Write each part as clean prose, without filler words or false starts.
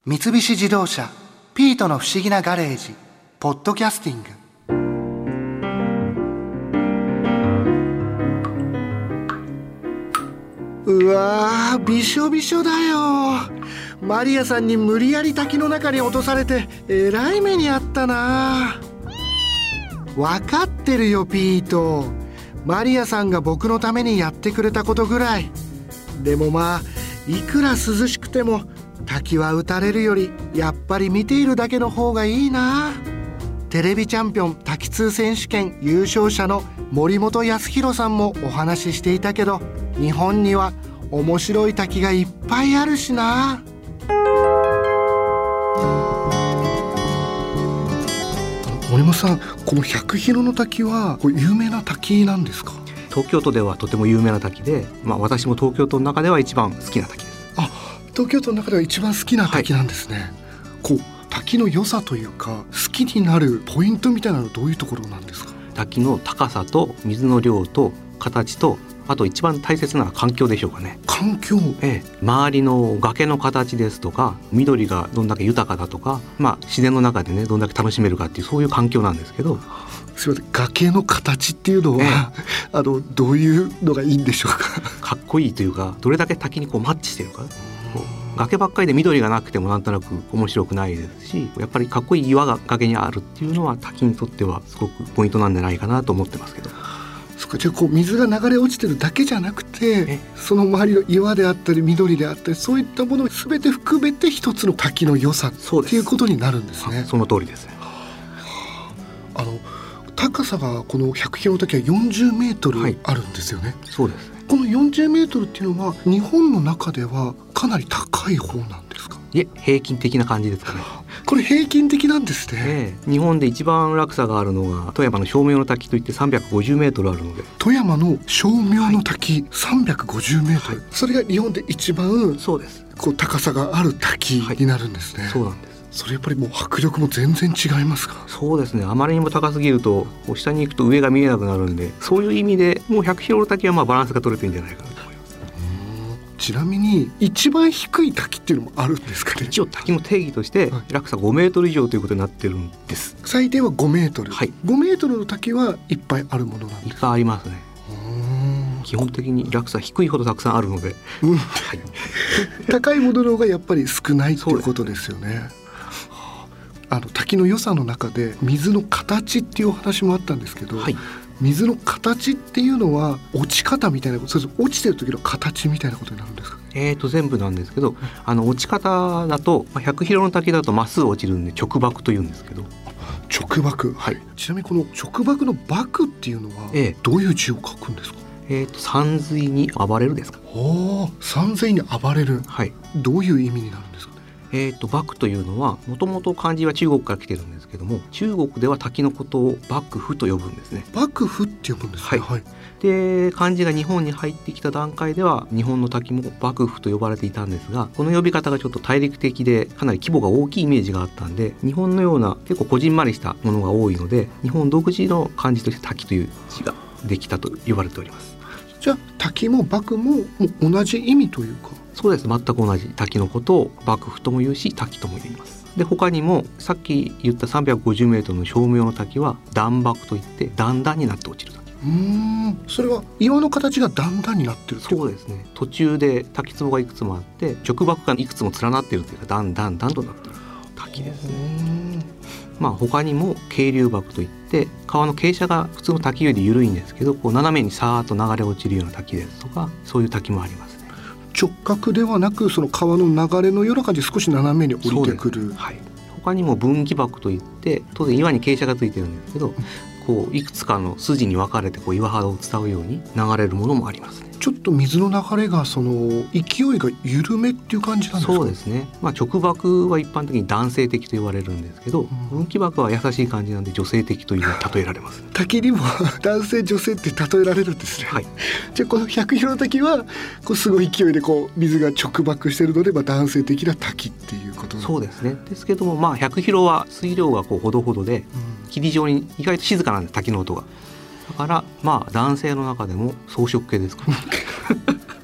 三菱自動車ピートの不思議なガレージポッドキャスティング。うわー、びしょびしょだよ。マリアさんに無理やり滝の中に落とされてえらい目にあったな。わかってるよピート。マリアさんが僕のためにやってくれたことぐらい。でもまあいくら涼しくても滝は打たれるよりやっぱり見ているだけの方がいいな。テレビチャンピオン滝通選手権優勝者の森本康弘さんもお話ししていたけど、日本には面白い滝がいっぱいあるしな。森本さん、この百広の滝はこれ有名な滝なんですか？ 東京都ではとても有名な滝で、私も東京都の中では一番好きな滝です。 東京都の中では一番好きな滝なんですね。こう滝の良さというか好きになるポイントみたいなのはどういうところなんですか？ 滝の高さと水の量と形と、あと一番大切な環境でしょうかね。 環境、 周りの崖の形ですとか緑がどんだけ豊かだとか、自然の中でねどんだけ楽しめるかっていうそういう環境なんですけど。 すみません、崖の形っていうのは、どういうのがいいんでしょうか？ かっこいいというか、どれだけ滝にこうマッチしてるか。崖ばっかりで緑がなくてもなんとなく面白くないですし、やっぱりかっこいい岩が崖にあるっていうのは滝にとってはすごくポイントなんじゃないかなと思ってますけど。 じゃあこう水が流れ落ちてるだけじゃなくて、その周りの岩であったり緑であったり、そういったものを全て含めて一つの滝の良さっていうことになるんですね。 その通りですね。 高さがこの百広の滝は40メートルあるんですよね。 そうですね。 この40メートルっていうのは日本の中ではかなり高い方なんですか？ いえ、平均的な感じですかね。 これ平均的なんですね。 日本で一番落差があるのが富山の称名の滝といって350メートルあるので。 富山の称名の滝、350メートル、それが日本で一番そうですこう高さがある滝になるんですね。 そうなんです。 それやっぱりもう迫力も全然違いますか？ そうですね。あまりにも高すぎると下に行くと上が見えなくなるんで、そういう意味でもう百広の滝はバランスが取れてるんじゃないかなと思います。 ちなみに一番低い滝っていうのもあるんですかね？ 一応滝の定義として落差5メートル以上ということになってるんです。 最低は5メートル、5メートルの滝はいっぱいあるものなんですか？ いっぱいありますね。基本的に落差低いほどたくさんあるので、 高いものの方がやっぱり少ないっていうことですよね。滝の良さの中で水の形っていうお話もあったんですけど、水の形っていうのは落ち方みたいなこと、それ落ちてる時の形みたいなことになるんですか？ 全部なんですけど、落ち方だと百広の滝だとまっすぐ落ちるんで直瀑というんですけど。 直瀑、ちなみにこの直瀑の瀑っていうのはどういう字を書くんですか？ 山水に暴れるですか。 山水に暴れる、どういう意味になるんですか？ 瀑というのはもともと漢字は中国から来てるんですけども、中国では滝のことを幕府と呼ぶんですね。 幕府って呼ぶんですね。 で漢字が日本に入ってきた段階では日本の滝も幕府と呼ばれていたんですが、この呼び方がちょっと大陸的でかなり規模が大きいイメージがあったんで、日本のような結構こじんまりしたものが多いので、日本独自の漢字として滝という字ができたと言われております。 じゃあ滝も瀑も同じ意味というか？ そうです。全く同じ。滝のことを幕府とも言うし滝とも言います。で他にもさっき言った350メートルの称名の滝は段瀑といって段々になって落ちる滝。 それは岩の形が段々になってるってこと？ そうですね。途中で滝壺がいくつもあって直瀑がいくつも連なっているというか段々となっている滝ですね。他にも渓流瀑といって川の傾斜が普通の滝より緩いんですけど、こう斜めにさーっと流れ落ちるような滝ですとか、そういう滝もありますね。 直角ではなくその川の流れのような感じで少し斜めに降りてくる。 他にも分岐瀑といって当然岩に傾斜がついてるんですけど、こういくつかの筋に分かれてこう岩肌を伝うように流れるものもありますね。 ちょっと水の流れがその勢いが緩めっていう感じなんですか？ そうですね。直瀑は一般的に男性的と言われるんですけど、分岐瀑は優しい感じなんで女性的と例えられます。 滝にも男性女性って例えられるんですね。じゃあこの百広の滝はこうすごい勢いでこう水が直瀑してるので、男性的な滝っていうことなんです。 そうですね。ですけども百広は水量がこうほどほどで、霧状に意外と静かなんです、滝の音が。だから男性の中でも草食系ですから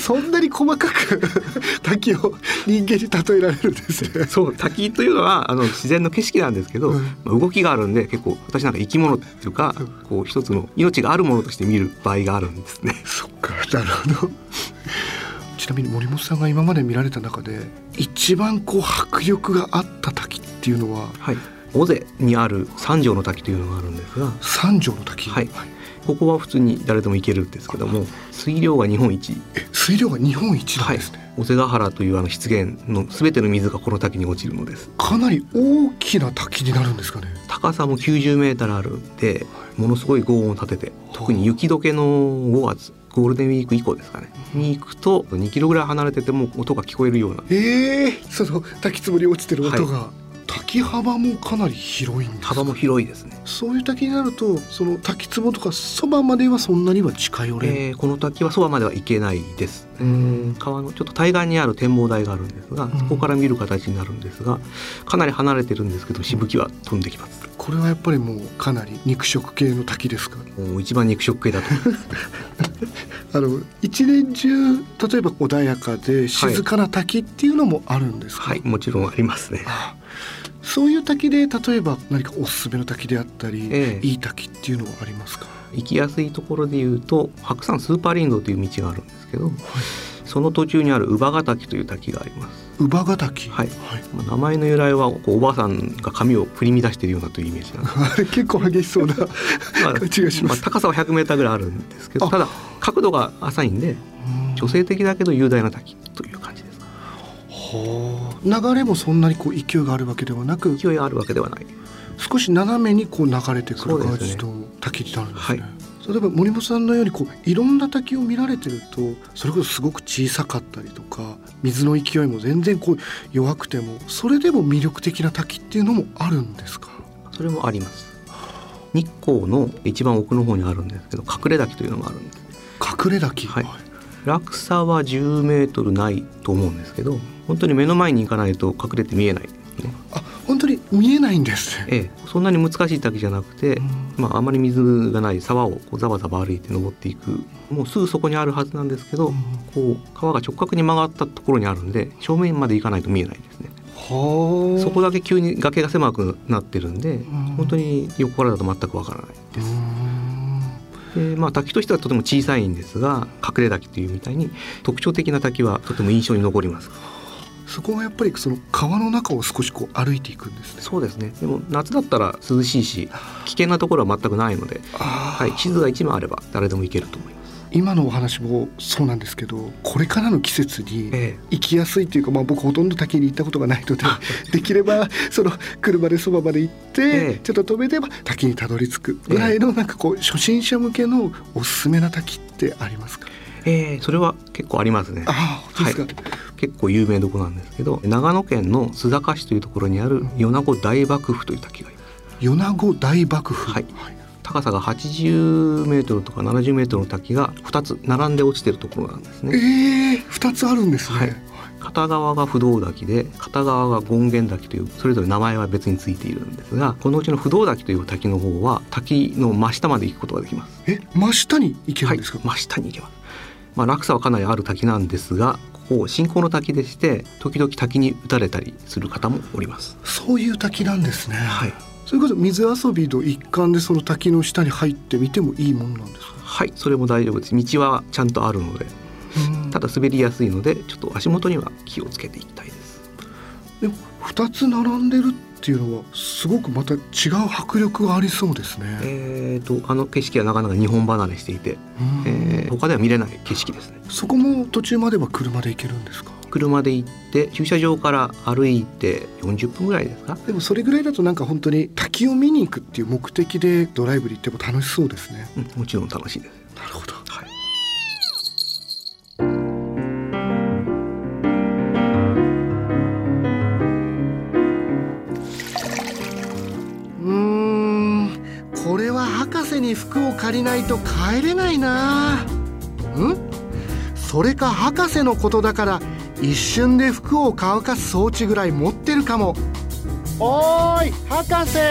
そんなに細かく滝を人間に例えられるんですね。 そう滝というのは自然の景色なんですけど、動きがあるんで結構私なんか生き物っていうか、こう一つの命があるものとして見る場合があるんですね。 そっか、なるほど。ちなみに森本さんが今まで見られた中で一番こう迫力があった滝っていうのは、 はい、尾瀬にある三条の滝というのがあるんですが、 三条の滝、 はい、ここは普通に誰でも行けるんですけども、水量が日本一。 水量が日本一なんですね。 はい、尾瀬ヶ原という湿原のすべての水がこの滝に落ちるのです。 かなり大きな滝になるんですかね。 高さも90メートルあるんで、ものすごい轟音を立てて、特に雪解けの5月ゴールデンウィーク以降ですかねに行くと2キロぐらい離れてても音が聞こえるような、 その滝壺に落ちてる音が、はい、滝幅もかなり広いんですか。 幅も広いですね。 そういう滝になるとその滝壺とかそばまではそんなには近寄れない、 この滝はそばまでは行けないです。川のちょっと対岸にある展望台があるんですが、そこから見る形になるんですが、かなり離れてるんですけどしぶきは飛んできます。 これはやっぱりもうかなり肉食系の滝ですか。 もう一番肉食系だと思います一年中例えば穏やかで静かな滝っていうのもあるんですか。 はい、もちろんありますね。 そういう滝で例えば何かおすすめの滝であったり、いい滝っていうのはありますか。 行きやすいところでいうと白山スーパー林道という道があるんですけど、はい、その途中にある乳母ヶ滝という滝があります。 乳母ヶ滝、 はい、名前の由来はおばあさんが髪を振り乱しているようなというイメージなんです結構激しそうな感じがします。 高さは100メーターぐらいあるんですけど、ただ角度が浅いんで女性的だけど雄大な滝という感じです。 流れもそんなにこう勢いがあるわけではなく、 勢いがあるわけではない、 少し斜めにこう流れてくる感じの滝になるんですね。例えば森本さんのようにこういろんな滝を見られてると、それこそすごく小さかったりとか水の勢いも全然こう弱くてもそれでも魅力的な滝っていうのもあるんですか。 それもあります。日光の一番奥の方にあるんですけど隠れ滝というのもあるんです。 隠れ滝、 はい、落差は10メートルないと思うんですけど、本当に目の前に行かないと隠れて見えない、 本当に見えないんですね。 そんなに難しい滝じゃなくて、あまり水がない沢をこうザバザバ歩いて登っていく、もうすぐそこにあるはずなんですけど、こう川が直角に曲がったところにあるんで正面まで行かないと見えないですね。そこだけ急に崖が狭くなってるんで、本当に横からだと全くわからないです。で滝としてはとても小さいんですが、隠れ滝というみたいに特徴的な滝はとても印象に残ります。 そこはやっぱりその川の中を少しこう歩いていくんですね。 そうですね。でも夏だったら涼しいし危険なところは全くないので、地図が1枚あれば誰でも行けると思います。 今のお話もそうなんですけど、これからの季節に行きやすいというか、僕ほとんど滝に行ったことがないのでできればその車でそばまで行って、ちょっと止めて滝にたどり着くぐらいのなんかこう初心者向けのおすすめな滝ってありますか。 それは結構ありますね。 本当ですか。 結構有名どこなんですけど、長野県の須坂市というところにある米子大瀑布という滝があります。米子大瀑布、 高さが80メートルとか70メートルの滝が2つ並んで落ちてるところなんですね。 2つあるんですね。 片側が不動滝で片側が権現滝という、それぞれ名前は別についているんですが、このうちの不動滝という滝の方は滝の真下まで行くことができます。 真下に行けるんですか。 真下に行けます。落差はかなりある滝なんですが、ここ信仰の滝でして時々滝に打たれたりする方もおります。 そういう滝なんですね。それこそ水遊びの一環でその滝の下に入ってみてもいいものなんですか。 それも大丈夫です。道はちゃんとあるので、ただ滑りやすいのでちょっと足元には気をつけていきたいです。 でも2つ並んでるっていうのはすごくまた違う迫力がありそうですね。 あの景色はなかなか日本離れしていて、他では見れない景色ですね。 そこも途中までは車で行けるんですか。 車で行って駐車場から歩いて40分ぐらいですか。 でもそれぐらいだとなんか本当に滝を見に行くっていう目的でドライブに行っても楽しそうですね。 もちろん楽しいです。 なるほど。これは博士に服を借りないと帰れないな。それか博士のことだから一瞬で服を乾かす装置ぐらい持ってるかも。おーい博士。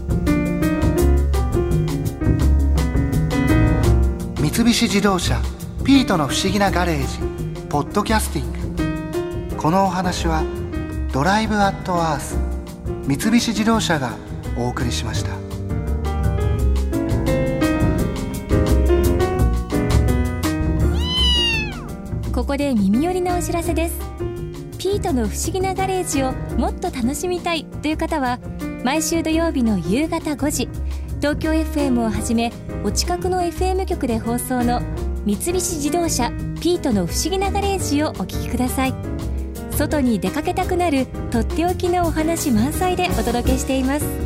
三菱自動車ピートの不思議なガレージポッドキャスティング。このお話はドライブアットアース三菱自動車がお送りしました。 ここで耳寄りなお知らせです。ピートの不思議なガレージをもっと楽しみたいという方は、毎週土曜日の夕方5時、東京 FM をはじめお近くの FM 局で放送の三菱自動車ピートの不思議なガレージをお聞きください。外に出かけたくなるとっておきのお話満載でお届けしています。